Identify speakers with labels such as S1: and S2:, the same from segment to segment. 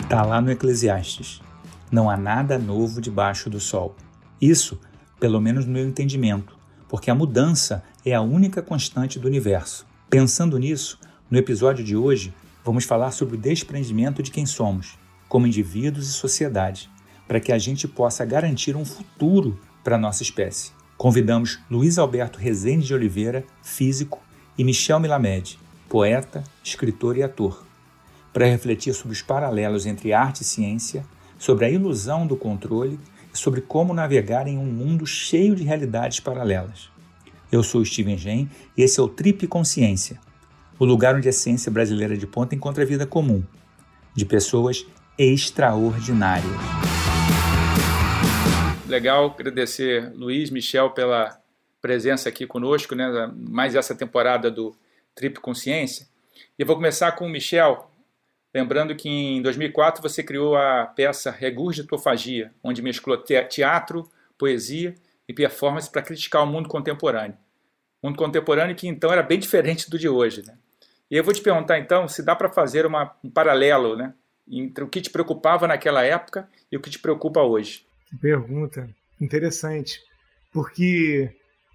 S1: Está lá no Eclesiastes. Não há nada novo debaixo do sol. Isso, pelo menos no meu entendimento, porque a mudança é a única constante do universo. Pensando nisso, no episódio de hoje, vamos falar sobre o desprendimento de quem somos, como indivíduos e sociedade, para que a gente possa garantir um futuro para a nossa espécie. Convidamos Luiz Alberto Rezende de Oliveira, físico, e Michel Melamed, poeta, escritor e ator, para refletir sobre os paralelos entre arte e ciência, sobre a ilusão do controle e sobre como navegar em um mundo cheio de realidades paralelas. Eu sou Steven Gen e esse é o Trip Consciência, o lugar onde a ciência brasileira de ponta encontra a vida comum, de pessoas extraordinárias.
S2: Legal, agradecer Luiz, Michel pela presença aqui conosco, né? Mais essa temporada do Trip Consciência. E eu vou começar com o Michel, lembrando que em 2004 você criou a peça Regurgitofagia, onde mesclou teatro, poesia e performance para criticar o mundo contemporâneo. Mundo contemporâneo que então era bem diferente do de hoje, né? E eu vou te perguntar então se dá para fazer um paralelo, né, entre o que te preocupava naquela época e o que te preocupa hoje.
S3: Que pergunta interessante, porque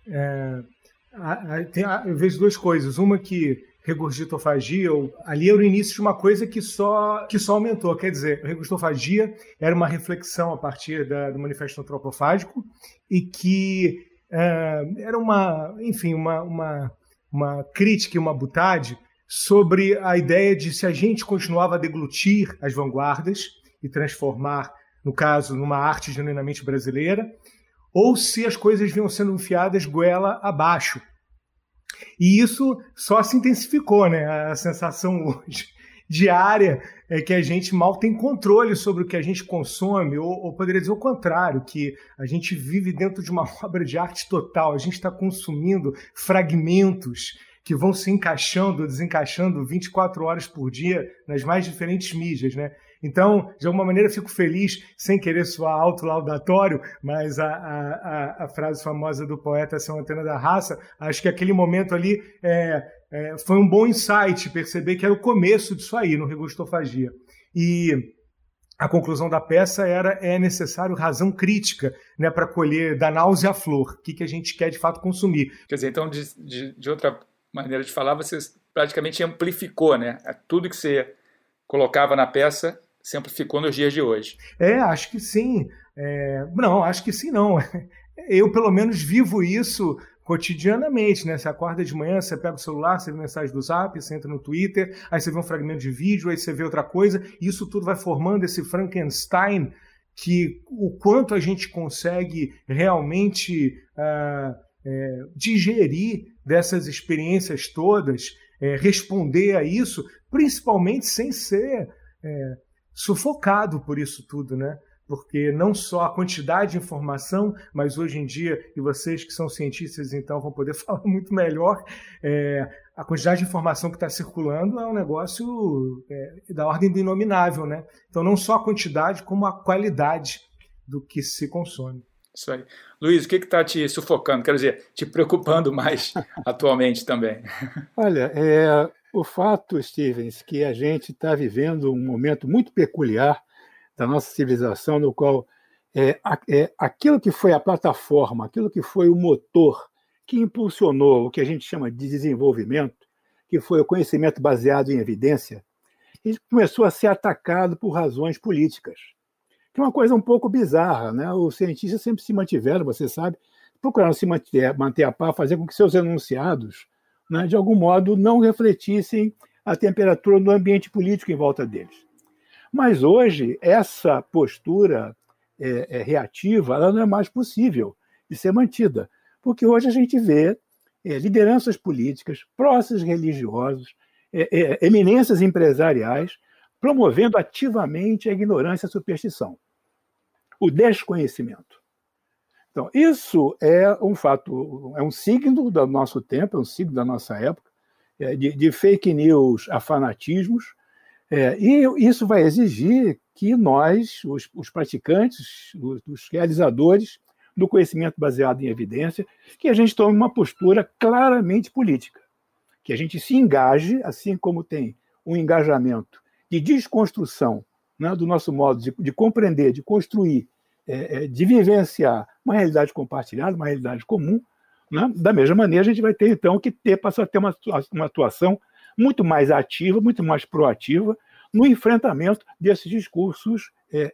S3: eu vejo duas coisas. Uma que regurgitofagia, ali era o início de uma coisa que só aumentou. Quer dizer, regurgitofagia era uma reflexão a partir do Manifesto Antropofágico e que era uma crítica e uma boutade sobre a ideia de se a gente continuava a deglutir as vanguardas e transformar, no caso, numa arte genuinamente brasileira, ou se as coisas vinham sendo enfiadas goela abaixo. E isso só se intensificou, né? A sensação hoje diária é que a gente mal tem controle sobre o que a gente consome, ou poderia dizer o contrário, que a gente vive dentro de uma obra de arte total, a gente está consumindo fragmentos que vão se encaixando, desencaixando 24 horas por dia nas mais diferentes mídias, né? Então, de alguma maneira, fico feliz, sem querer soar autolaudatório, mas a frase famosa do poeta "Essa é uma antena da raça", acho que aquele momento ali foi um bom insight, perceber que era o começo disso aí, no Regurgitofagia. E a conclusão da peça é necessário razão crítica, né, para colher da náusea à flor, o que a gente quer de fato consumir.
S2: Quer dizer, então, de outra maneira de falar, você praticamente amplificou, né? Tudo que você colocava na peça se amplificou nos dias de hoje.
S3: Acho que sim. Não, acho que sim, não. Eu, pelo menos, vivo isso cotidianamente, né? Você acorda de manhã, você pega o celular, você vê mensagem do Zap, você entra no Twitter, aí você vê um fragmento de vídeo, aí você vê outra coisa, e isso tudo vai formando esse Frankenstein que o quanto a gente consegue realmente digerir dessas experiências todas, responder a isso, principalmente sem ser sufocado por isso tudo, né? Porque não só a quantidade de informação, mas hoje em dia, e vocês que são cientistas então vão poder falar muito melhor, a quantidade de informação que está circulando é um negócio da ordem do inominável, né? Então não só a quantidade, como a qualidade do que se consome.
S2: Isso aí. Luiz, o que está te sufocando? Quero dizer, te preocupando mais atualmente também?
S4: Olha, o fato, Stevens, que a gente está vivendo um momento muito peculiar da nossa civilização, no qual aquilo que foi a plataforma, aquilo que foi o motor que impulsionou o que a gente chama de desenvolvimento, que foi o conhecimento baseado em evidência, ele começou a ser atacado por razões políticas. Que é uma coisa um pouco bizarra, né? Os cientistas sempre se mantiveram, você sabe, procuraram se manter a par, fazer com que seus enunciados, né, de algum modo, não refletissem a temperatura do ambiente político em volta deles. Mas hoje, essa postura reativa, ela não é mais possível de ser mantida, porque hoje a gente vê lideranças políticas, próceres religiosos, eminências empresariais, promovendo ativamente a ignorância e a superstição, o desconhecimento. Então, isso é um fato, é um signo do nosso tempo, é um signo da nossa época, de fake news a fanatismos, e isso vai exigir que nós, os praticantes, os realizadores do conhecimento baseado em evidência, que a gente tome uma postura claramente política, que a gente se engaje, assim como tem um engajamento de desconstrução, né, do nosso modo de compreender, de construir, de vivenciar uma realidade compartilhada, uma realidade comum, né? Da mesma maneira, a gente vai ter, então, que passar a ter uma atuação muito mais ativa, muito mais proativa no enfrentamento desses discursos,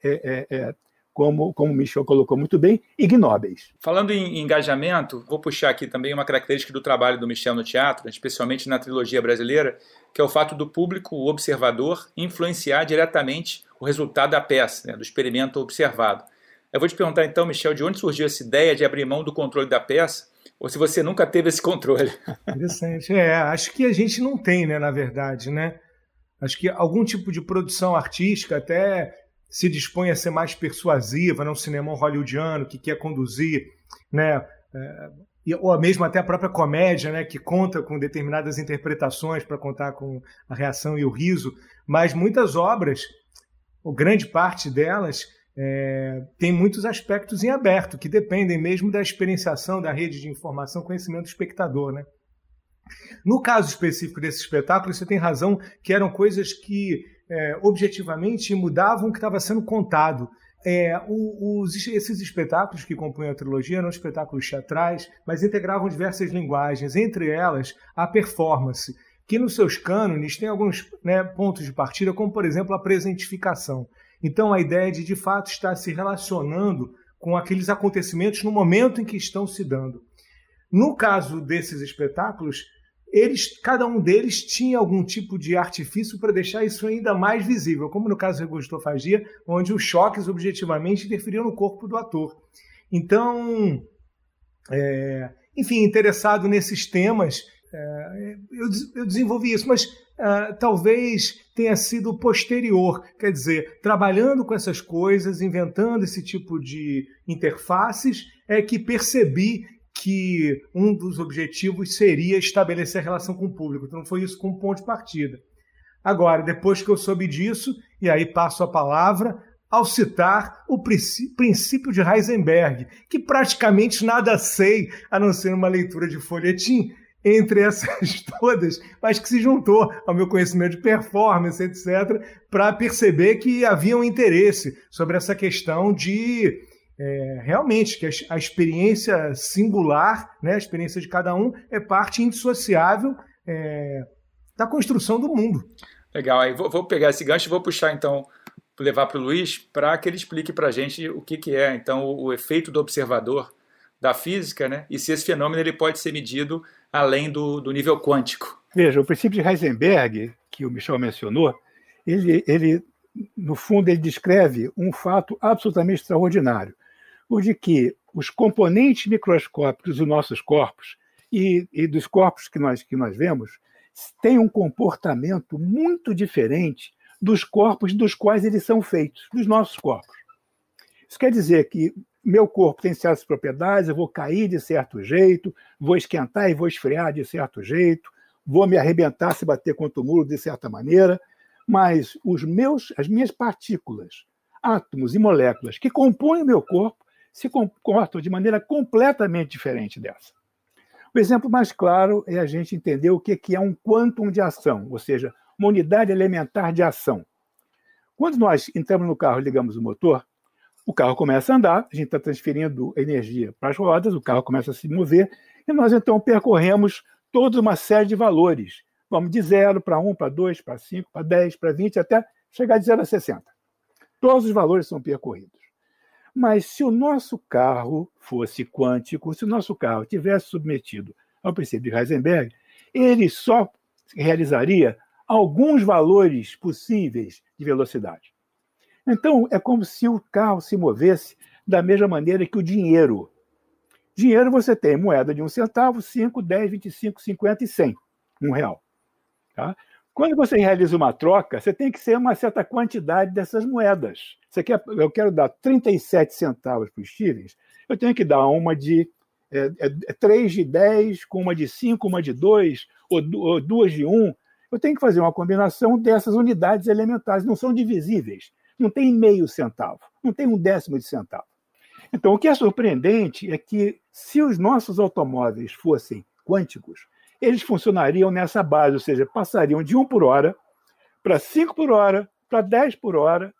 S4: como o Michel colocou muito bem, ignóbeis.
S2: Falando em engajamento, vou puxar aqui também uma característica do trabalho do Michel no teatro, especialmente na trilogia brasileira, que é o fato do público, o observador, influenciar diretamente o resultado da peça, né, do experimento observado. Eu vou te perguntar então, Michel, de onde surgiu essa ideia de abrir mão do controle da peça, ou se você nunca teve esse controle?
S3: Interessante. Acho que a gente não tem, né, na verdade, né? Acho que algum tipo de produção artística até se dispõe a ser mais persuasiva, né? Um cinema hollywoodiano que quer conduzir, né? Ou mesmo até a própria comédia, né? Que conta com determinadas interpretações para contar com a reação e o riso, mas muitas obras, ou grande parte delas, tem muitos aspectos em aberto, que dependem mesmo da experienciação da rede de informação, conhecimento do espectador, né? No caso específico desse espetáculo, você tem razão que eram coisas que objetivamente mudavam o que estava sendo contado. Esses espetáculos que compunham a trilogia eram espetáculos teatrais, mas integravam diversas linguagens, entre elas a performance, que nos seus cânones tem alguns, né, pontos de partida, como, por exemplo, a presentificação. Então, a ideia de fato, estar se relacionando com aqueles acontecimentos no momento em que estão se dando. No caso desses espetáculos, cada um deles tinha algum tipo de artifício para deixar isso ainda mais visível, como no caso da regostofagia, onde os choques objetivamente interferiam no corpo do ator. Então, enfim, interessado nesses temas, eu desenvolvi isso, mas talvez tenha sido posterior, quer dizer, trabalhando com essas coisas, inventando esse tipo de interfaces, que percebi que um dos objetivos seria estabelecer a relação com o público. Então foi isso como ponto de partida. Agora, depois que eu soube disso, e aí passo a palavra ao citar o princípio de Heisenberg, que praticamente nada sei, a não ser uma leitura de folhetim, entre essas todas, mas que se juntou ao meu conhecimento de performance, etc., para perceber que havia um interesse sobre essa questão de realmente que a experiência singular, né, a experiência de cada um, é parte indissociável da construção do mundo.
S2: Legal, aí vou pegar esse gancho e vou puxar então, levar para o Luiz, para que ele explique para a gente o que é então o efeito do observador da física, né, e se esse fenômeno ele pode ser medido além do nível quântico.
S4: Veja, o princípio de Heisenberg, que o Michel mencionou, ele no fundo, ele descreve um fato absolutamente extraordinário, o de que os componentes microscópicos dos nossos corpos e dos corpos que nós vemos têm um comportamento muito diferente dos corpos dos quais eles são feitos, dos nossos corpos. Isso quer dizer que meu corpo tem certas propriedades, eu vou cair de certo jeito, vou esquentar e vou esfriar de certo jeito, vou me arrebentar se bater contra o muro de certa maneira, mas as minhas partículas, átomos e moléculas que compõem o meu corpo se comportam de maneira completamente diferente dessa. O exemplo mais claro é a gente entender o que é um quantum de ação, ou seja, uma unidade elementar de ação. Quando nós entramos no carro e ligamos o motor, o carro começa a andar, a gente está transferindo energia para as rodas, o carro começa a se mover, e nós então percorremos toda uma série de valores. Vamos de 0 para 1, para 2, para 5, para 10, para 20, até chegar de 0 a 60. Todos os valores são percorridos. Mas se o nosso carro fosse quântico, se o nosso carro tivesse submetido ao princípio de Heisenberg, ele só realizaria alguns valores possíveis de velocidade. Então, é como se o carro se movesse da mesma maneira que o dinheiro. Dinheiro você tem moeda de 1 centavo, 5, 10, 25, 50 e 100. R$1. Tá? Quando você realiza uma troca, você tem que ser uma certa quantidade dessas moedas. Eu quero dar 37 centavos para o Stevens, eu tenho que dar uma de 3 de 10, com uma de 5, uma de 2, ou 2 de 1. Eu tenho que fazer uma combinação dessas unidades elementares, não são divisíveis. Não tem meio centavo, não tem 1/10 de centavo. Então, o que é surpreendente é que, se os nossos automóveis fossem quânticos, eles funcionariam nessa base, ou seja, passariam de 1 por hora para 5 por hora, para 10 por hora,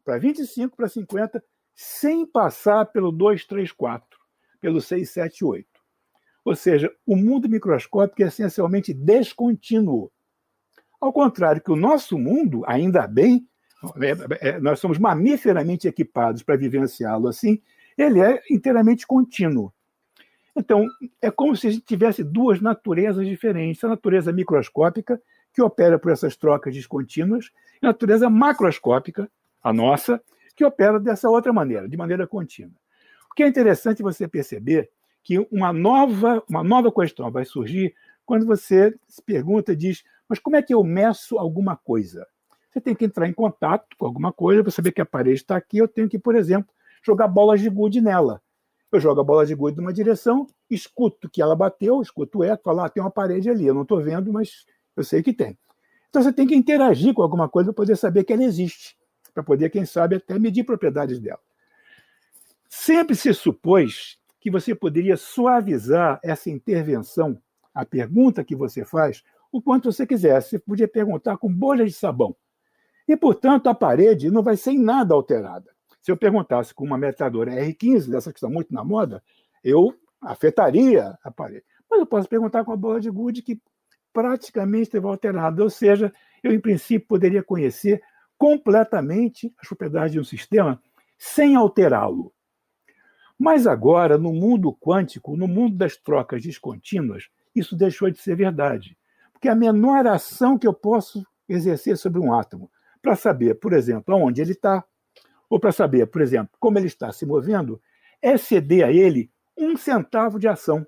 S4: para 25, para 50, sem passar pelo 2, 3, 4, pelo 6, 7, 8. Ou seja, o mundo microscópico é essencialmente descontínuo. Ao contrário que o nosso mundo, ainda bem, nós somos mamíferamente equipados para vivenciá-lo assim, ele é inteiramente contínuo. Então, é como se a gente tivesse duas naturezas diferentes. A natureza microscópica, que opera por essas trocas descontínuas, e a natureza macroscópica, a nossa, que opera dessa outra maneira, de maneira contínua. O que é interessante você perceber que uma nova questão vai surgir quando você se pergunta e diz, mas como é que eu meço alguma coisa? Você tem que entrar em contato com alguma coisa, para saber que a parede está aqui, eu tenho que, por exemplo, jogar bolas de gude nela. Eu jogo a bola de gude numa direção, escuto que ela bateu, escuto o eco, falo, tem uma parede ali, eu não estou vendo, mas eu sei que tem. Então você tem que interagir com alguma coisa para poder saber que ela existe, para poder, quem sabe, até medir propriedades dela. Sempre se supôs que você poderia suavizar essa intervenção, a pergunta que você faz, o quanto você quisesse. Você podia perguntar com bolhas de sabão. E, portanto, a parede não vai ser em nada alterada. Se eu perguntasse com uma metralhadora R15, dessas que estão muito na moda, eu afetaria a parede. Mas eu posso perguntar com a bola de gude que praticamente esteve alterada. Ou seja, eu, em princípio, poderia conhecer completamente as propriedades de um sistema sem alterá-lo. Mas agora, no mundo quântico, no mundo das trocas descontínuas, isso deixou de ser verdade. Porque a menor ação que eu posso exercer sobre um átomo, para saber, por exemplo, aonde ele está, ou para saber, por exemplo, como ele está se movendo, é ceder a ele 1 centavo de ação.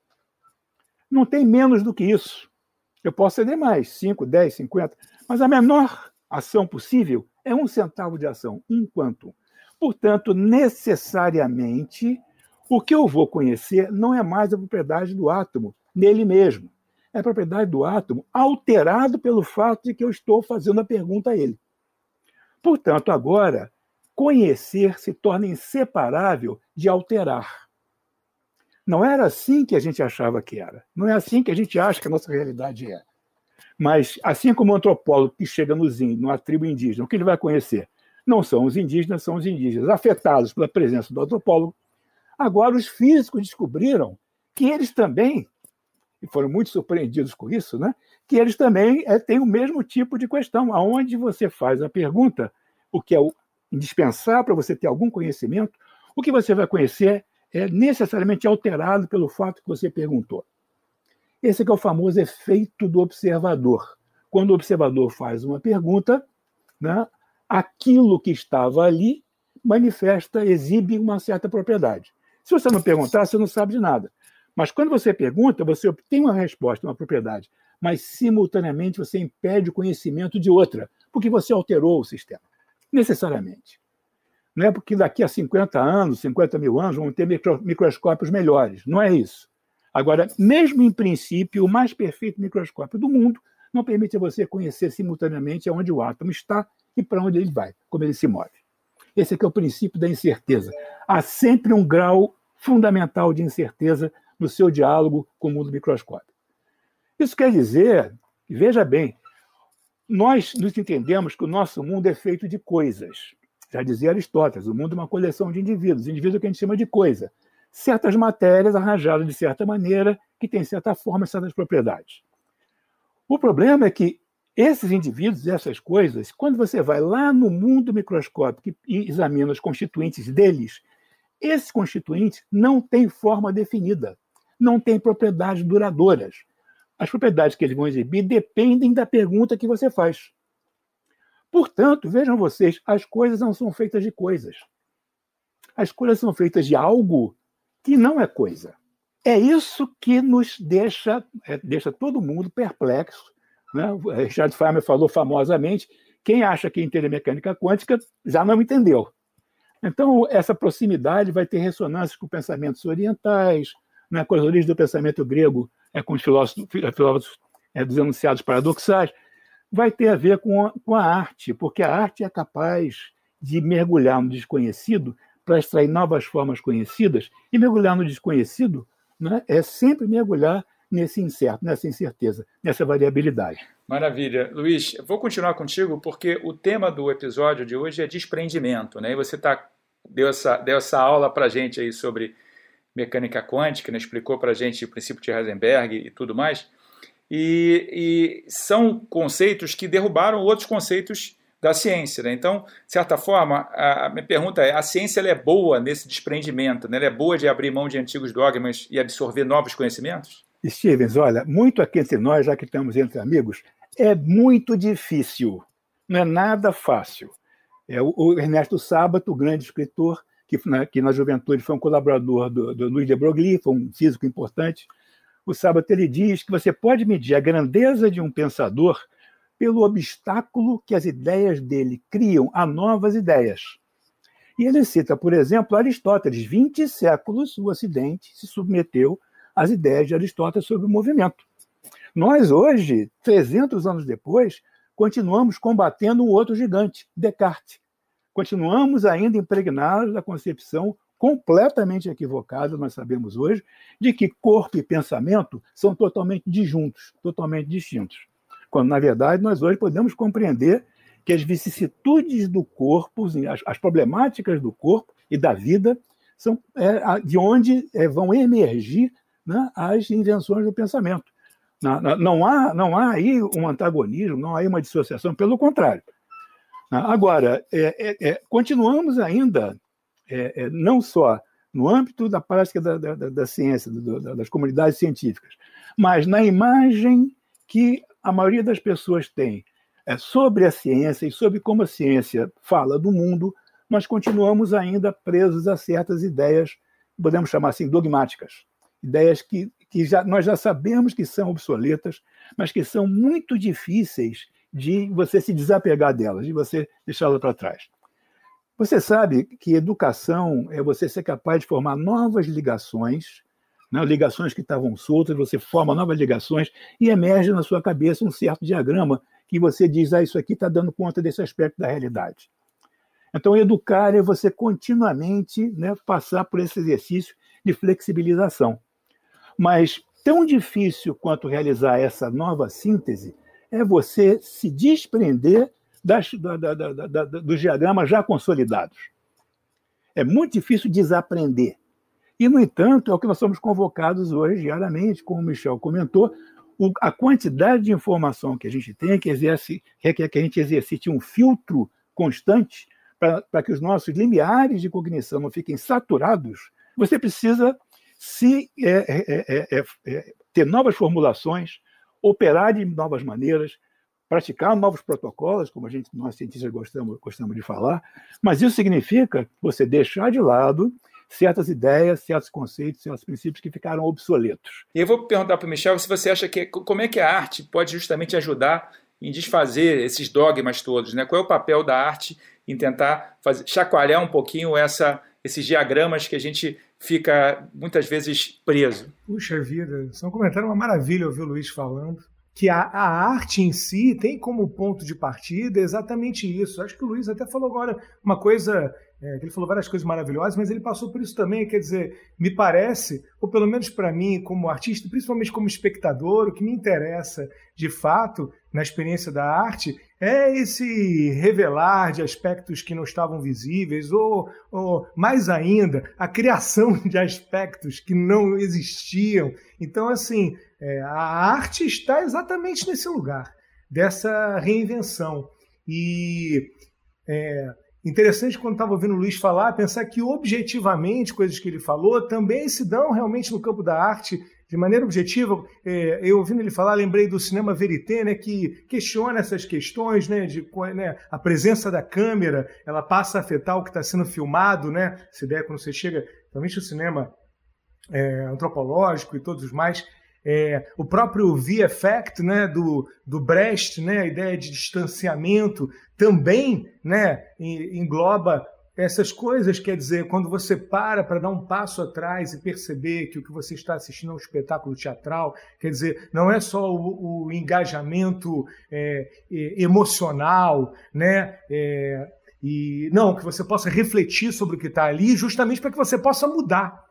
S4: Não tem menos do que isso. Eu posso ceder mais, 5, 10, 50, mas a menor ação possível é 1 centavo de ação, 1 quantum. Portanto, necessariamente, o que eu vou conhecer não é mais a propriedade do átomo nele mesmo. É a propriedade do átomo alterado pelo fato de que eu estou fazendo a pergunta a ele. Portanto, agora, conhecer se torna inseparável de alterar. Não era assim que a gente achava que era. Não é assim que a gente acha que a nossa realidade é. Mas, assim como o antropólogo que chega numa tribo indígena, o que ele vai conhecer? Não são os indígenas, são os indígenas afetados pela presença do antropólogo. Agora, os físicos descobriram que eles também, e foram muito surpreendidos com isso, né? Que eles também têm o mesmo tipo de questão, aonde você faz a pergunta, o que é indispensável para você ter algum conhecimento, o que você vai conhecer é necessariamente alterado pelo fato que você perguntou. Esse é o famoso efeito do observador. Quando o observador faz uma pergunta, né, aquilo que estava ali exibe uma certa propriedade. Se você não perguntar, você não sabe de nada. Mas quando você pergunta, você obtém uma resposta, uma propriedade, mas simultaneamente você impede o conhecimento de outra, porque você alterou o sistema, necessariamente. Não é porque daqui a 50 anos, 50 mil anos, vão ter microscópios melhores. Não é isso. Agora, mesmo em princípio, o mais perfeito microscópio do mundo não permite a você conhecer simultaneamente onde o átomo está e para onde ele vai, como ele se move. Esse aqui é o princípio da incerteza. Há sempre um grau fundamental de incerteza no seu diálogo com o mundo microscópico. Isso quer dizer, veja bem, nós nos entendemos que o nosso mundo é feito de coisas. Já dizia Aristóteles, o mundo é uma coleção de indivíduos. Indivíduo é o que a gente chama de coisa. Certas matérias arranjadas de certa maneira, que têm certa forma, certas propriedades. O problema é que esses indivíduos, essas coisas, quando você vai lá no mundo microscópico e examina os constituintes deles, esses constituintes não têm forma definida, não têm propriedades duradouras. As propriedades que eles vão exibir dependem da pergunta que você faz. Portanto, vejam vocês, as coisas não são feitas de coisas. As coisas são feitas de algo que não é coisa. É isso que nos deixa todo mundo perplexo. Né? O Richard Feynman falou famosamente, quem acha que entende mecânica quântica já não entendeu. Então, essa proximidade vai ter ressonâncias com pensamentos orientais, né, com as origens do pensamento grego, com os filósofos dos enunciados paradoxais, vai ter a ver com a arte, porque a arte é capaz de mergulhar no desconhecido para extrair novas formas conhecidas, e mergulhar no desconhecido, né, é sempre mergulhar nesse incerto, nessa incerteza, nessa variabilidade.
S2: Maravilha. Luiz, eu vou continuar contigo porque o tema do episódio de hoje é desprendimento, né? E você deu essa aula para a gente aí sobre mecânica quântica, né? Explicou para a gente o princípio de Heisenberg e tudo mais. E são conceitos que derrubaram outros conceitos da ciência, né? Então, de certa forma, a minha pergunta é, a ciência ela é boa nesse desprendimento, né? Ela é boa de abrir mão de antigos dogmas e absorver novos conhecimentos?
S4: Stevens, olha, muito aqui entre nós, já que estamos entre amigos, é muito difícil, não é nada fácil. O Ernesto Sábato, o grande escritor, que na juventude foi um colaborador do Luiz de Broglie, foi um físico importante, o Sábato ele diz que você pode medir a grandeza de um pensador pelo obstáculo que as ideias dele criam a novas ideias. E ele cita, por exemplo, Aristóteles. 20 séculos o Ocidente se submeteu às ideias de Aristóteles sobre o movimento. Nós, hoje, 300 anos depois, continuamos combatendo um outro gigante, Descartes. Continuamos ainda impregnados da concepção completamente equivocada, nós sabemos hoje, de que corpo e pensamento são totalmente disjuntos, totalmente distintos. Quando, na verdade, nós hoje podemos compreender que as vicissitudes do corpo, as problemáticas do corpo e da vida, são de onde vão emergir, né, as invenções do pensamento. Não há aí um antagonismo, não há aí uma dissociação, pelo contrário. Agora, continuamos ainda, não só no âmbito da prática da ciência, das comunidades científicas, mas na imagem que a maioria das pessoas tem sobre a ciência e sobre como a ciência fala do mundo, nós continuamos ainda presos a certas ideias, podemos chamar assim, dogmáticas. Ideias que nós já sabemos que são obsoletas, mas que são muito difíceis de você se desapegar delas, de você deixá-las para trás. Você sabe que educação é você ser capaz de formar novas ligações, né, ligações que estavam soltas, você forma novas ligações e emerge na sua cabeça um certo diagrama que você diz, isso aqui está dando conta desse aspecto da realidade. Então, educar é você continuamente, né, passar por esse exercício de flexibilização. Mas tão difícil quanto realizar essa nova síntese é você se desprender dos diagramas já consolidados. É muito difícil desaprender. E, no entanto, é o que nós somos convocados hoje, diariamente, como o Michel comentou, a quantidade de informação que a gente tem, que requer que a gente exercite um filtro constante para que os nossos limiares de cognição não fiquem saturados. Você precisa ter novas formulações, operar de novas maneiras, praticar novos protocolos, como nós cientistas gostamos de falar, mas isso significa você deixar de lado certas ideias, certos conceitos, certos princípios que ficaram obsoletos.
S2: E eu vou perguntar para o Michel se você acha como é que a arte pode justamente ajudar em desfazer esses dogmas todos, né? Qual é o papel da arte em tentar chacoalhar um pouquinho esses diagramas que a gente fica muitas vezes preso?
S3: Puxa vida, só um comentário, uma maravilha ouvir o Luiz falando. Que a arte em si tem como ponto de partida exatamente isso. Acho que o Luiz até falou agora uma coisa, ele falou várias coisas maravilhosas, mas ele passou por isso também, quer dizer, me parece, ou pelo menos para mim como artista, principalmente como espectador, o que me interessa de fato na experiência da arte é esse revelar de aspectos que não estavam visíveis, ou mais ainda, a criação de aspectos que não existiam. Então, assim, a arte está exatamente nesse lugar, dessa reinvenção. E interessante, quando estava ouvindo o Luiz falar, pensar que objetivamente, coisas que ele falou, também se dão realmente no campo da arte de maneira objetiva. Eu ouvindo ele falar, lembrei do cinema verité, né, que questiona essas questões, né, a presença da câmera, ela passa a afetar o que está sendo filmado, né, essa ideia quando você chega, realmente o cinema antropológico e todos os mais. O próprio V-Effect, né, do Brecht, né, a ideia de distanciamento, também, né, engloba essas coisas. Quer dizer, quando você para dar um passo atrás e perceber que o que você está assistindo é um espetáculo teatral, quer dizer, não é só o engajamento emocional, né, e não, que você possa refletir sobre o que está ali, justamente para que você possa mudar.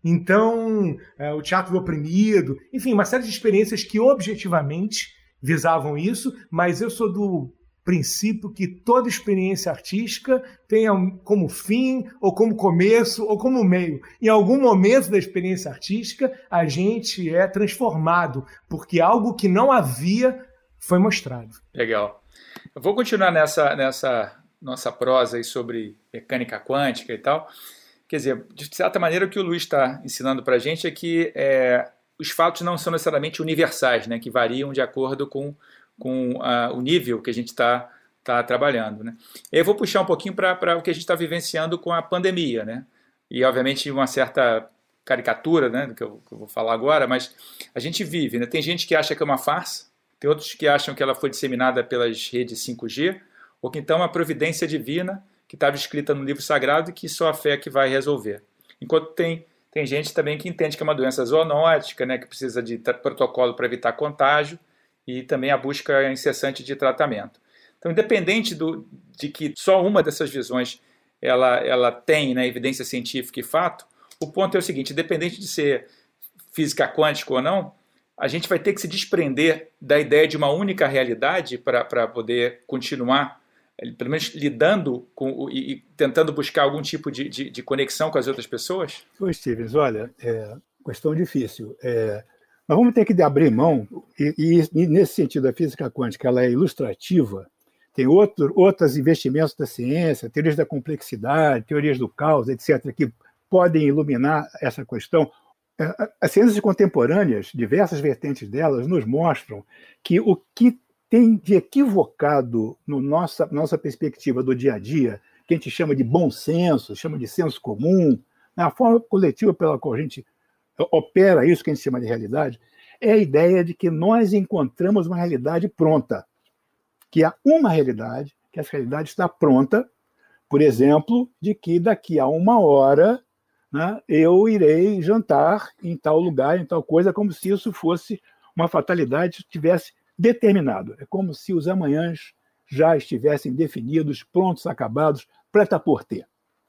S3: Então, o teatro do oprimido, enfim, uma série de experiências que objetivamente visavam isso, mas eu sou do princípio que toda experiência artística tenha como fim, ou como começo, ou como meio. Em algum momento da experiência artística, a gente é transformado, porque algo que não havia foi mostrado.
S2: Legal. Eu vou continuar nessa nossa prosa aí sobre mecânica quântica e tal. Quer dizer, de certa maneira, o que o Luiz está ensinando para a gente é que os fatos não são necessariamente universais, né, que variam de acordo com o nível que a gente está trabalhando, né? Eu vou puxar um pouquinho para o que a gente está vivenciando com a pandemia, né? E, obviamente, uma certa caricatura, né, do que eu vou falar agora, mas a gente vive, né? Tem gente que acha que é uma farsa, tem outros que acham que ela foi disseminada pelas redes 5G, ou que então é uma providência divina que estava escrita no livro sagrado e que só a fé que vai resolver. Enquanto tem gente também que entende que é uma doença zoonótica, né, que precisa de protocolo para evitar contágio, e também a busca incessante de tratamento. Então, independente de que só uma dessas visões ela tem, né, evidência científica e fato, o ponto é o seguinte: independente de ser física quântica ou não, a gente vai ter que se desprender da ideia de uma única realidade para poder continuar, pelo menos lidando com e tentando buscar algum tipo de conexão com as outras pessoas?
S4: Ô, Stevens, olha, questão difícil. Nós vamos ter que abrir mão, e nesse sentido a física quântica ela é ilustrativa, tem outros investimentos da ciência, teorias da complexidade, teorias do caos, etc., que podem iluminar essa questão. As ciências contemporâneas, diversas vertentes delas, nos mostram que o que tem de equivocado na nossa perspectiva do dia a dia, que a gente chama de bom senso, chama de senso comum, a forma coletiva pela qual a gente opera isso que a gente chama de realidade, é a ideia de que nós encontramos uma realidade pronta, que há uma realidade, que essa realidade está pronta, por exemplo, de que daqui a 1 hora, né, eu irei jantar em tal lugar, em tal coisa, como se isso fosse uma fatalidade, tivesse determinado. É como se os amanhãs já estivessem definidos, prontos, acabados, prêt-à-porter.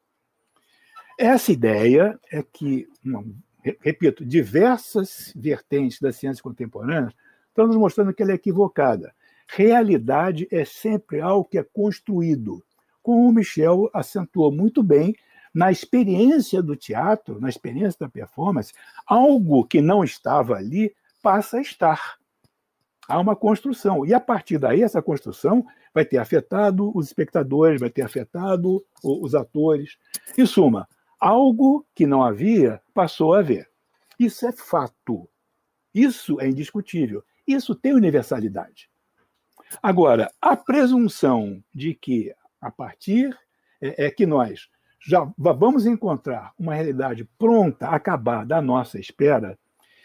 S4: Essa ideia é que, repito, diversas vertentes da ciência contemporânea estão nos mostrando que ela é equivocada. Realidade é sempre algo que é construído. Como o Michel acentuou muito bem, na experiência do teatro, na experiência da performance, algo que não estava ali passa a estar. Há uma construção. E, a partir daí, essa construção vai ter afetado os espectadores, vai ter afetado os atores. Em suma, algo que não havia passou a haver. Isso é fato. Isso é indiscutível. Isso tem universalidade. Agora, a presunção de que, a partir que nós já vamos encontrar uma realidade pronta, acabada à nossa espera,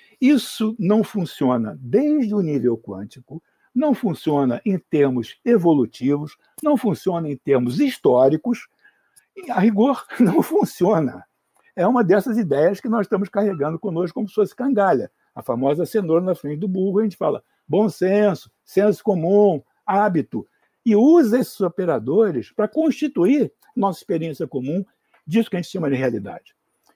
S4: isso não funciona desde o nível quântico, não funciona em termos evolutivos, não funciona em termos históricos, e, a rigor, não funciona. É uma dessas ideias que nós estamos carregando conosco como se fosse cangalha. A famosa cenoura na frente do burro, a gente fala bom senso, senso comum, hábito, e usa esses operadores para constituir nossa experiência comum disso que a gente chama de realidade.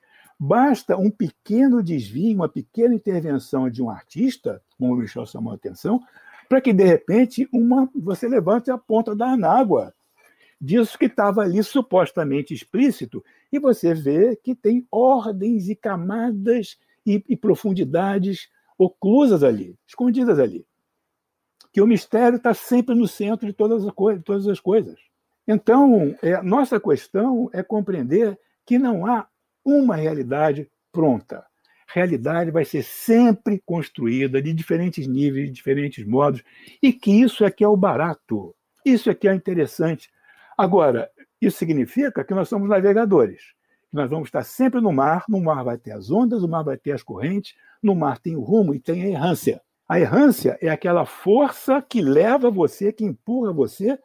S4: Basta um pequeno desvio, uma pequena intervenção de um artista, como o Michel chamou a atenção, para que, de repente, você levante a ponta da anágua disso que estava ali supostamente explícito, e você vê que tem ordens e camadas e profundidades oclusas ali, escondidas ali. Que o mistério está sempre no centro de todas as coisas. Então, nossa questão é compreender que não há uma realidade pronta. Realidade vai ser sempre construída de diferentes níveis, de diferentes modos, e que isso é que é o barato, isso é que é interessante. Agora, isso significa que nós somos navegadores, que nós vamos estar sempre no mar vai ter as ondas, no mar vai ter as correntes, no mar tem o rumo e tem a errância. A errância é aquela força que leva você, que empurra você,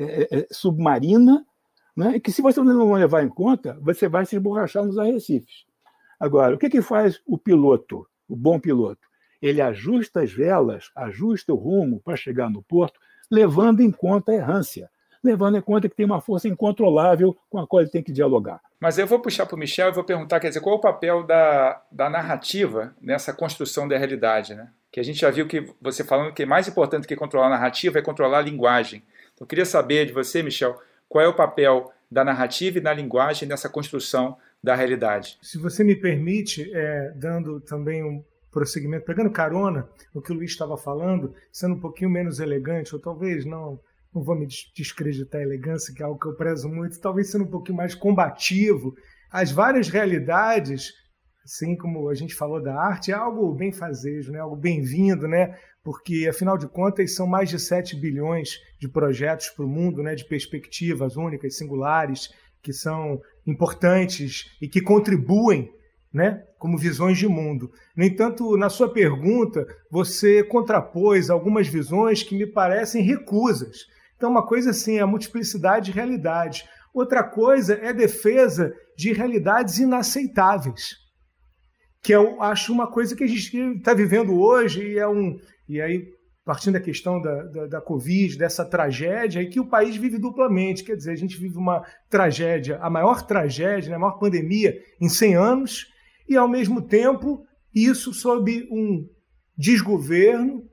S4: submarina, né? E que se você não levar em conta, você vai se esborrachar nos arrecifes. Agora, o que faz o piloto, o bom piloto? Ele ajusta as velas, ajusta o rumo para chegar no porto, levando em conta a errância, levando em conta que tem uma força incontrolável com a qual ele tem que dialogar.
S2: Mas eu vou puxar para o Michel e vou perguntar, quer dizer, qual é o papel da narrativa nessa construção da realidade, né? Que a gente já viu que você falando que mais importante que controlar a narrativa é controlar a linguagem. Então, eu queria saber de você, Michel, qual é o papel da narrativa e da linguagem nessa construção da realidade.
S3: Se você me permite, dando também um prosseguimento, pegando carona no que o Luiz estava falando, sendo um pouquinho menos elegante, ou talvez não vou me descreditar a elegância, que é algo que eu prezo muito, talvez sendo um pouquinho mais combativo, as várias realidades, assim como a gente falou da arte, é algo benfazejo, né? Algo bem-vindo, né? Porque, afinal de contas, são mais de 7 bilhões de projetos para o mundo, né? De perspectivas únicas, singulares, que são importantes e que contribuem, né, como visões de mundo. No entanto, na sua pergunta, você contrapôs algumas visões que me parecem recusas. Então, uma coisa assim é a multiplicidade de realidades. Outra coisa é a defesa de realidades inaceitáveis, que eu acho uma coisa que a gente está vivendo hoje e aí, partindo da questão da Covid, dessa tragédia, e que o país vive duplamente. Quer dizer, a gente vive uma tragédia, a maior tragédia, né, a maior pandemia em 100 anos, e, ao mesmo tempo, isso sob um desgoverno,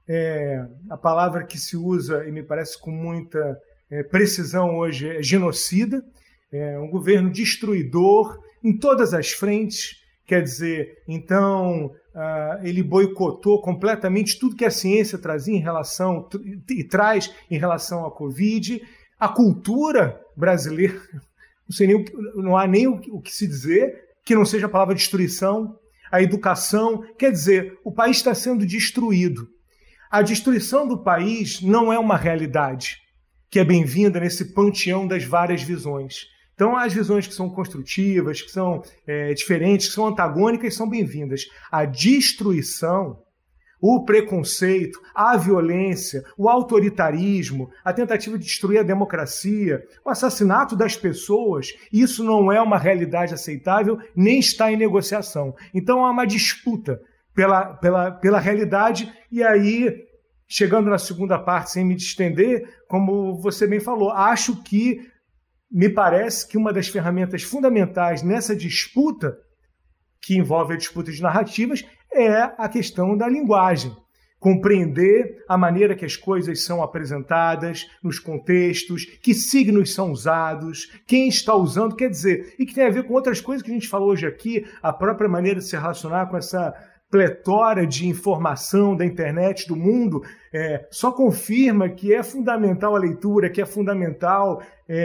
S3: a palavra que se usa, e me parece com muita precisão hoje, é genocida, um governo destruidor em todas as frentes. Quer dizer, então, ele boicotou completamente tudo que a ciência trazia em relação e traz em relação à Covid. A cultura brasileira, não há nem o que se dizer que não seja a palavra destruição. A educação, quer dizer, o país está sendo destruído. A destruição do país não é uma realidade que é bem-vinda nesse panteão das várias visões. Então, as visões que são construtivas, que são diferentes, que são antagônicas, são bem-vindas. A destruição, o preconceito, a violência, o autoritarismo, a tentativa de destruir a democracia, o assassinato das pessoas, isso não é uma realidade aceitável, nem está em negociação. Então, há uma disputa pela realidade, e aí, chegando na segunda parte, sem me estender, como você bem falou, acho que me parece que uma das ferramentas fundamentais nessa disputa, que envolve a disputa de narrativas, é a questão da linguagem. Compreender a maneira que as coisas são apresentadas, nos contextos, que signos são usados, quem está usando, quer dizer, e que tem a ver com outras coisas que a gente falou hoje aqui, a própria maneira de se relacionar com essa pletora de informação da internet, do mundo, só confirma que é fundamental a leitura, que é fundamental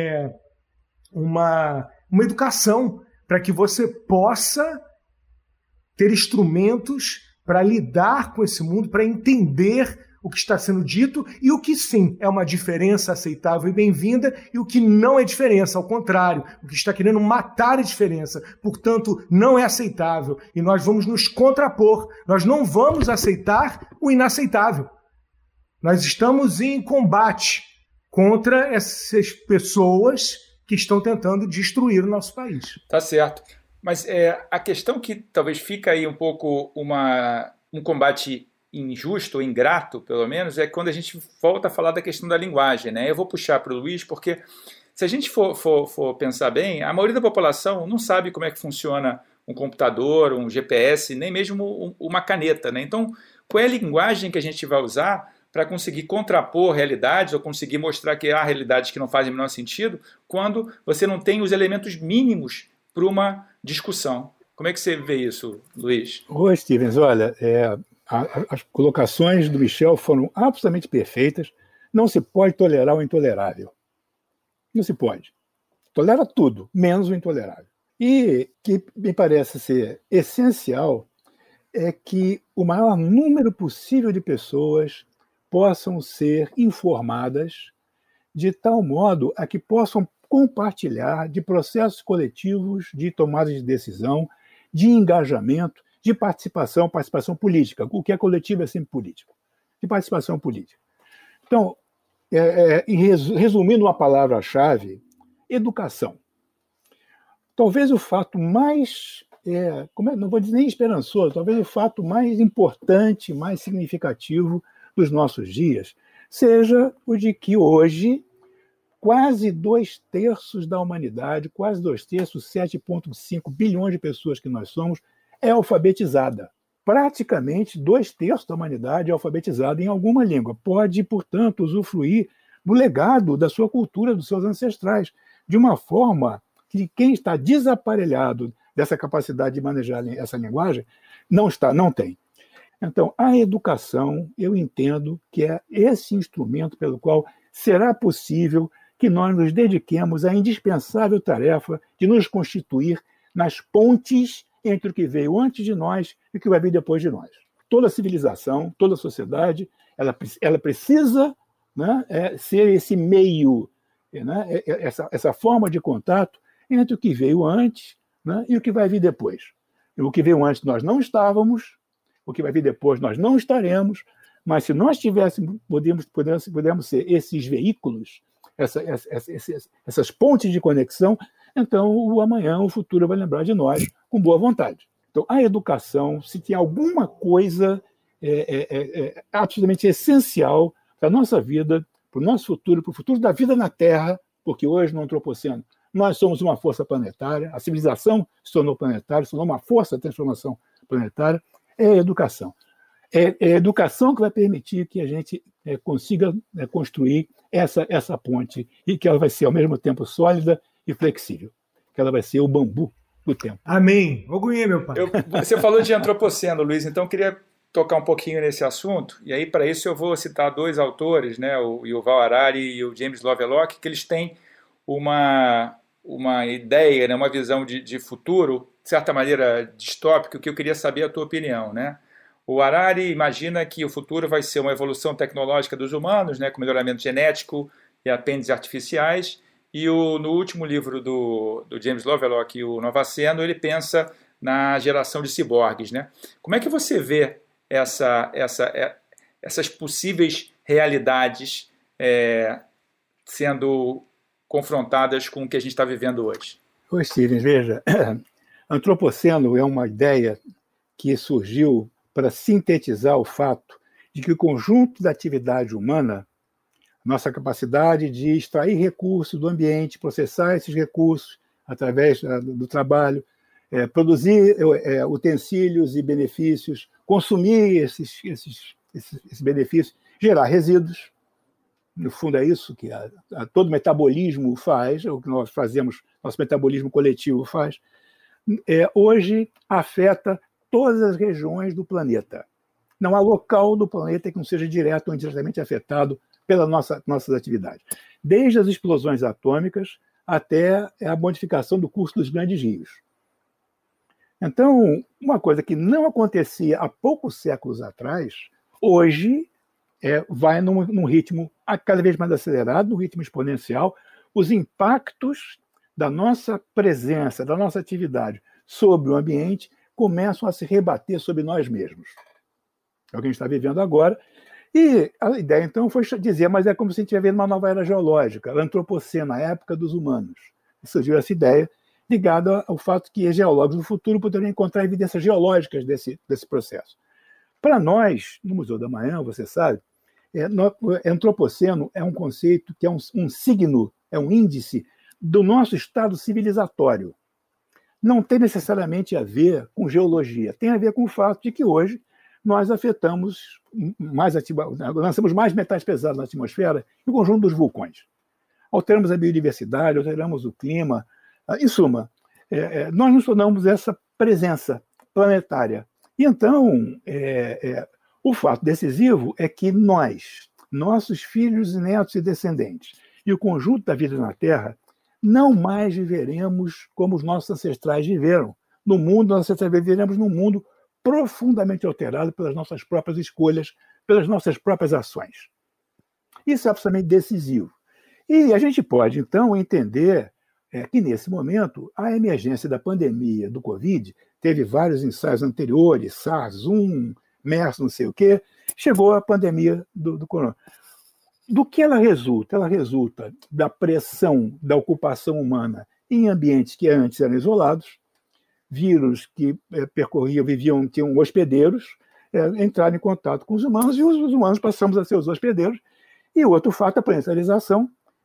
S3: uma educação para que você possa ter instrumentos para lidar com esse mundo, para entender o que está sendo dito e o que sim é uma diferença aceitável e bem-vinda e o que não é diferença, ao contrário, o que está querendo matar a diferença, portanto não é aceitável e nós vamos nos contrapor, nós não vamos aceitar o inaceitável. Nós estamos em combate contra essas pessoas que estão tentando destruir o nosso país.
S2: Tá certo. Mas a questão que talvez fica aí um pouco um combate injusto ou ingrato, pelo menos, é quando a gente volta a falar da questão da linguagem, né? Eu vou puxar para o Luiz, porque se a gente for pensar bem, a maioria da população não sabe como é que funciona um computador, um GPS, nem mesmo uma caneta, né? Então, qual é a linguagem que a gente vai usar para conseguir contrapor realidades ou conseguir mostrar que há realidades que não fazem o menor sentido quando você não tem os elementos mínimos para uma discussão? Como é que você vê isso, Luiz?
S4: Oi, Stevens, olha, as colocações do Michel foram absolutamente perfeitas. Não se pode tolerar o intolerável. Não se pode. Tolera tudo, menos o intolerável. E que me parece ser essencial é que o maior número possível de pessoas possam ser informadas de tal modo a que possam compartilhar de processos coletivos de tomada de decisão, de engajamento, de participação política. O que é coletivo é sempre político. De participação política. Então, resumindo uma palavra-chave, educação. Talvez o fato mais, não vou dizer nem esperançoso, talvez o fato mais importante, mais significativo dos nossos dias, seja o de que hoje quase 2/3 da humanidade, quase 2/3, 7,5 bilhões de pessoas que nós somos, é alfabetizada. Praticamente 2/3 da humanidade é alfabetizada em alguma língua. Pode, portanto, usufruir do legado da sua cultura, dos seus ancestrais, de uma forma que quem está desaparelhado dessa capacidade de manejar essa linguagem não tem. Então, a educação, eu entendo que é esse instrumento pelo qual será possível que nós nos dediquemos à indispensável tarefa de nos constituir nas pontes entre o que veio antes de nós e o que vai vir depois de nós. Toda civilização, toda sociedade, ela precisa, né, ser esse meio, né, essa forma de contato entre o que veio antes, né, e o que vai vir depois. O que veio antes nós não estávamos, o que vai vir depois nós não estaremos, mas se nós pudermos ser esses veículos, essas pontes de conexão, então o amanhã, o futuro vai lembrar de nós com boa vontade. Então, a educação, se tem alguma coisa absolutamente essencial para a nossa vida, para o nosso futuro, para o futuro da vida na Terra, porque hoje, no Antropoceno, nós somos uma força planetária, a civilização se tornou planetária, se tornou uma força de transformação planetária, é a educação. É a educação que vai permitir que a gente consiga construir essa ponte e que ela vai ser, ao mesmo tempo, sólida e flexível, que ela vai ser o bambu do tempo.
S3: Amém. Ogunhê, meu pai.
S2: Você falou de antropoceno, Luiz, então eu queria tocar um pouquinho nesse assunto, e aí para isso eu vou citar dois autores, né, o Yuval Harari e o James Lovelock, que eles têm uma ideia, né, uma visão de futuro, de certa maneira distópico, que eu queria saber a tua opinião, né? O Harari imagina que o futuro vai ser uma evolução tecnológica dos humanos, né, com melhoramento genético e apêndices artificiais, e no último livro do James Lovelock, o Novaceno, ele pensa na geração de ciborgues, né? Como é que você vê essas possíveis realidades sendo confrontadas com o que a gente está vivendo hoje?
S4: Ô, Stevens, veja, antropoceno é uma ideia que surgiu para sintetizar o fato de que o conjunto da atividade humana, nossa capacidade de extrair recursos do ambiente, processar esses recursos através do trabalho, produzir utensílios e benefícios, consumir esses benefícios, gerar resíduos. No fundo, é isso que todo metabolismo faz, o que nós fazemos, nosso metabolismo coletivo faz, hoje afeta todas as regiões do planeta. Não há local do planeta que não seja direto ou indiretamente afetado pelas nossas atividades. Desde as explosões atômicas até a modificação do curso dos grandes rios. Então, uma coisa que não acontecia há poucos séculos atrás, hoje vai num ritmo cada vez mais acelerado, num ritmo exponencial. Os impactos da nossa presença, da nossa atividade sobre o ambiente começam a se rebater sobre nós mesmos. É o que a gente está vivendo agora. E a ideia, então, foi dizer, mas é como se a gente estivesse vendo uma nova era geológica, antropoceno, a época dos humanos. E surgiu essa ideia ligada ao fato que os geólogos do futuro poderiam encontrar evidências geológicas desse processo. Para nós, no Museu da Manhã, você sabe, antropoceno é um conceito que é um signo, é um índice do nosso estado civilizatório. Não tem necessariamente a ver com geologia, tem a ver com o fato de que hoje nós lançamos mais metais pesados na atmosfera e o conjunto dos vulcões. Alteramos a biodiversidade, alteramos o clima. Em suma, nós nos tornamos essa presença planetária. E então, o fato decisivo é que nossos filhos, netos e descendentes, e o conjunto da vida na Terra, não mais viveremos como os nossos ancestrais viveram. Viveremos num mundo profundamente alterado pelas nossas próprias escolhas, pelas nossas próprias ações. Isso é absolutamente decisivo. E a gente pode, então, entender que, nesse momento, a emergência da pandemia do Covid, teve vários ensaios anteriores, SARS, MERS, não sei o quê, chegou a pandemia do corona. Do que ela resulta? Ela resulta da pressão da ocupação humana em ambientes que antes eram isolados, vírus que tinham hospedeiros, entraram em contato com os humanos, e os humanos passamos a ser os hospedeiros. E outro fato, a planetarização,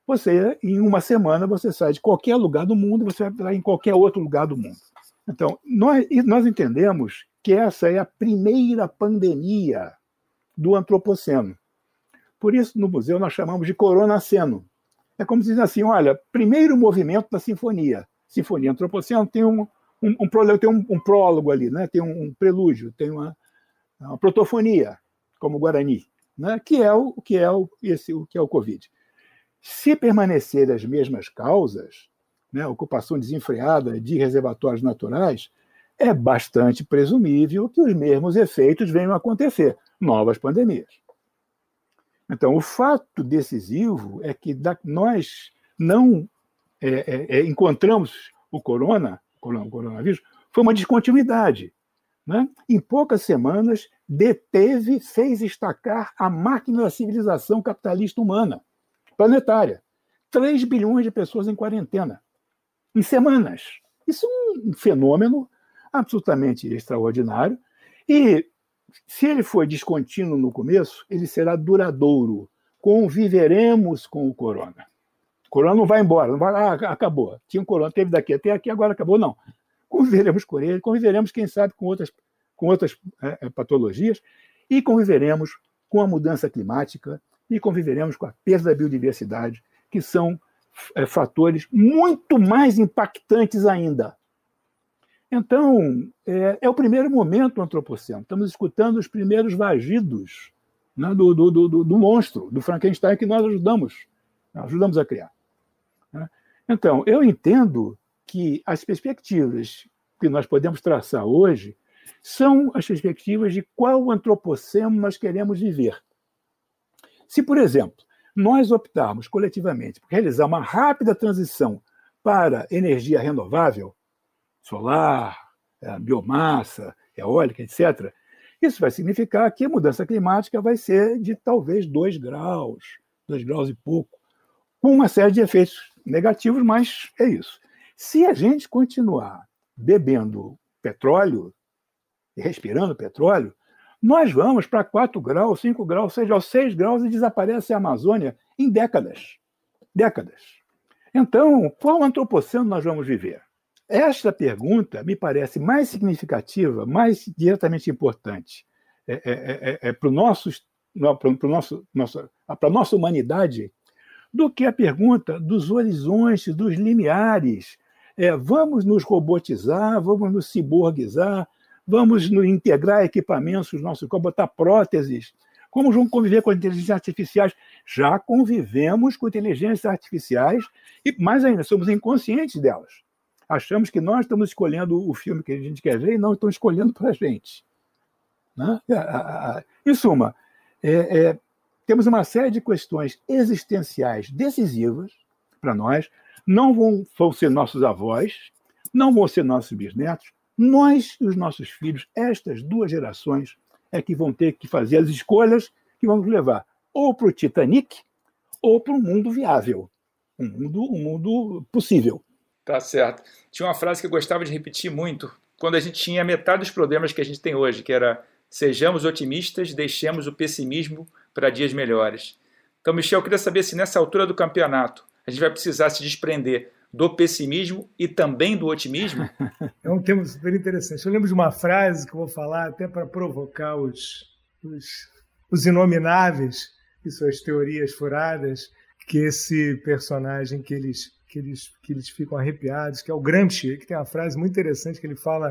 S4: você, em uma semana, você sai de qualquer lugar do mundo, você vai estar em qualquer outro lugar do mundo. Então, nós entendemos que essa é a primeira pandemia do antropoceno. Por isso, no museu, nós chamamos de coronaceno. É como se diz assim, olha, primeiro movimento da sinfonia. Sinfonia antropoceno tem um prólogo ali, né? Tem um prelúdio, tem uma protofonia, como o Guarani, né? que é o Covid. Se permanecerem as mesmas causas, né, ocupação desenfreada de reservatórios naturais, é bastante presumível que os mesmos efeitos venham a acontecer, novas pandemias. Então, o fato decisivo é que nós não encontramos o coronavírus, foi uma descontinuidade. Né? Em poucas semanas, fez estacar a máquina da civilização capitalista humana, planetária. 3 bilhões de pessoas em quarentena, em semanas. Isso é um fenômeno absolutamente extraordinário. E, se ele foi descontínuo no começo, ele será duradouro. Conviveremos com o corona. O corona não vai embora, não vai, acabou. Tinha um corona, teve daqui até aqui, agora acabou. Não. Conviveremos com ele, conviveremos, quem sabe, com outras patologias, e conviveremos com a mudança climática, e conviveremos com a perda da biodiversidade, que são fatores muito mais impactantes ainda. Então, é o primeiro momento do antropoceno. Estamos escutando os primeiros vagidos, né, do monstro, do Frankenstein, que nós ajudamos a criar. Né? Então, eu entendo que as perspectivas que nós podemos traçar hoje são as perspectivas de qual antropoceno nós queremos viver. Se, por exemplo, nós optarmos coletivamente por realizar uma rápida transição para energia renovável, solar, biomassa, eólica, etc., isso vai significar que a mudança climática vai ser de talvez 2 graus e pouco, com uma série de efeitos negativos, mas é isso. Se a gente continuar bebendo petróleo e respirando petróleo, nós vamos para 4 graus, 5 graus, 6 graus e desaparece a Amazônia em décadas. Então, qual antropoceno nós vamos viver? Esta pergunta me parece mais significativa, mais diretamente importante para a nossa humanidade do que a pergunta dos horizontes, dos limiares. Vamos nos robotizar, vamos nos ciborguizar, vamos nos integrar equipamentos nos nossos corpos, botar próteses. Como vamos conviver com as inteligências artificiais? Já convivemos com inteligências artificiais e, mais ainda, somos inconscientes delas. Achamos que nós estamos escolhendo o filme que a gente quer ver e não estão escolhendo para a gente. Né? Em suma, temos uma série de questões existenciais decisivas para nós. Não vão ser nossos avós, não vão ser nossos bisnetos. Nós e os nossos filhos, estas 2 gerações, é que vão ter que fazer as escolhas que vão nos levar ou para o Titanic ou para um mundo viável, um mundo possível.
S2: Tá certo. Tinha uma frase que eu gostava de repetir muito quando a gente tinha metade dos problemas que a gente tem hoje, que era: sejamos otimistas, deixemos o pessimismo para dias melhores. Então, Michel, eu queria saber se nessa altura do campeonato a gente vai precisar se desprender do pessimismo e também do otimismo.
S3: É um tema super interessante. Eu lembro de uma frase que eu vou falar até para provocar os inomináveis e suas teorias furadas, que esse personagem que eles ficam arrepiados, que é o Gramsci, que tem uma frase muito interessante que ele fala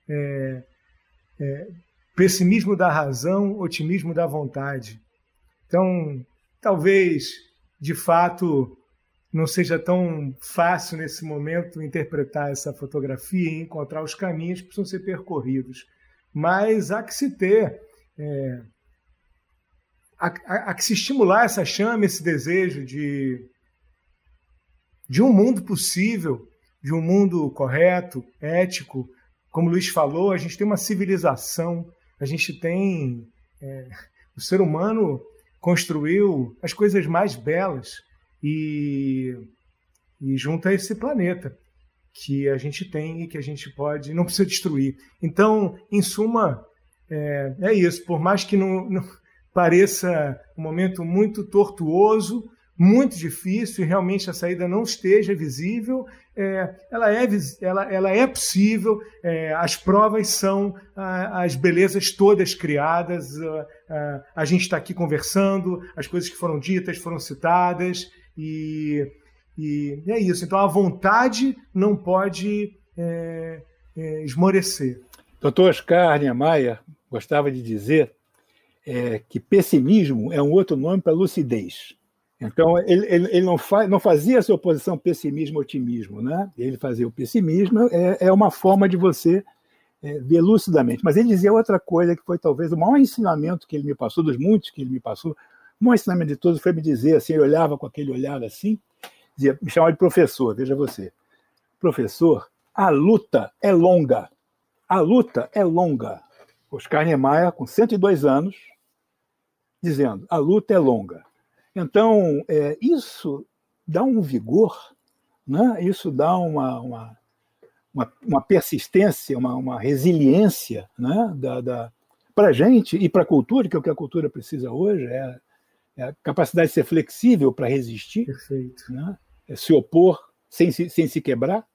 S3: pessimismo da razão, otimismo da vontade. Então, talvez, de fato, não seja tão fácil nesse momento interpretar essa fotografia e encontrar os caminhos que precisam ser percorridos. Mas há que se ter, há que se estimular essa chama, esse desejo de um mundo possível, de um mundo correto, ético. Como o Luiz falou, a gente tem uma civilização, a gente tem... o ser humano construiu as coisas mais belas e junto a esse planeta que a gente tem e que a gente não precisa destruir. Então, em suma, é isso. Por mais que não pareça um momento muito tortuoso, muito difícil e realmente a saída não esteja visível, ela é possível, as provas são as belezas todas criadas, a gente está aqui conversando, as coisas que foram ditas foram citadas, e é isso. Então a vontade não pode esmorecer.
S4: Dr. Oscar Niemeyer gostava de dizer que pessimismo é um outro nome para lucidez. Então, ele não fazia essa oposição pessimismo-otimismo, né? Ele fazia o pessimismo, é uma forma de você ver lucidamente. Mas ele dizia outra coisa, que foi talvez o maior ensinamento que ele me passou, dos muitos que ele me passou, o maior ensinamento de todos foi me dizer assim, ele olhava com aquele olhar assim, dizia, me chamava de professor, veja você, professor, a luta é longa. A luta é longa. Oscar Niemeyer, com 102 anos, dizendo, a luta é longa. Então, isso dá um vigor, né? Isso dá uma persistência, uma resiliência, né? Para a gente e para a cultura, que é o que a cultura precisa hoje, é a capacidade de ser flexível para resistir,
S3: Perfeito.
S4: Né? Se opor sem se quebrar.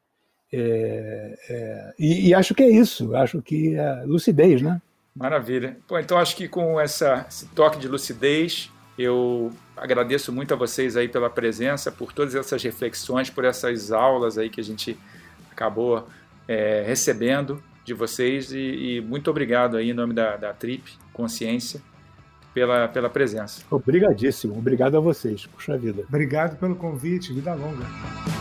S4: E acho que é isso, acho que é lucidez, né?
S2: Maravilha. Bom, então acho que com esse toque de lucidez, eu agradeço muito a vocês aí pela presença, por todas essas reflexões, por essas aulas aí que a gente acabou recebendo de vocês, e muito obrigado aí em nome da Trip Consciência pela presença.
S4: Obrigadíssimo, obrigado a vocês, puxa vida.
S3: Obrigado pelo convite, vida longa.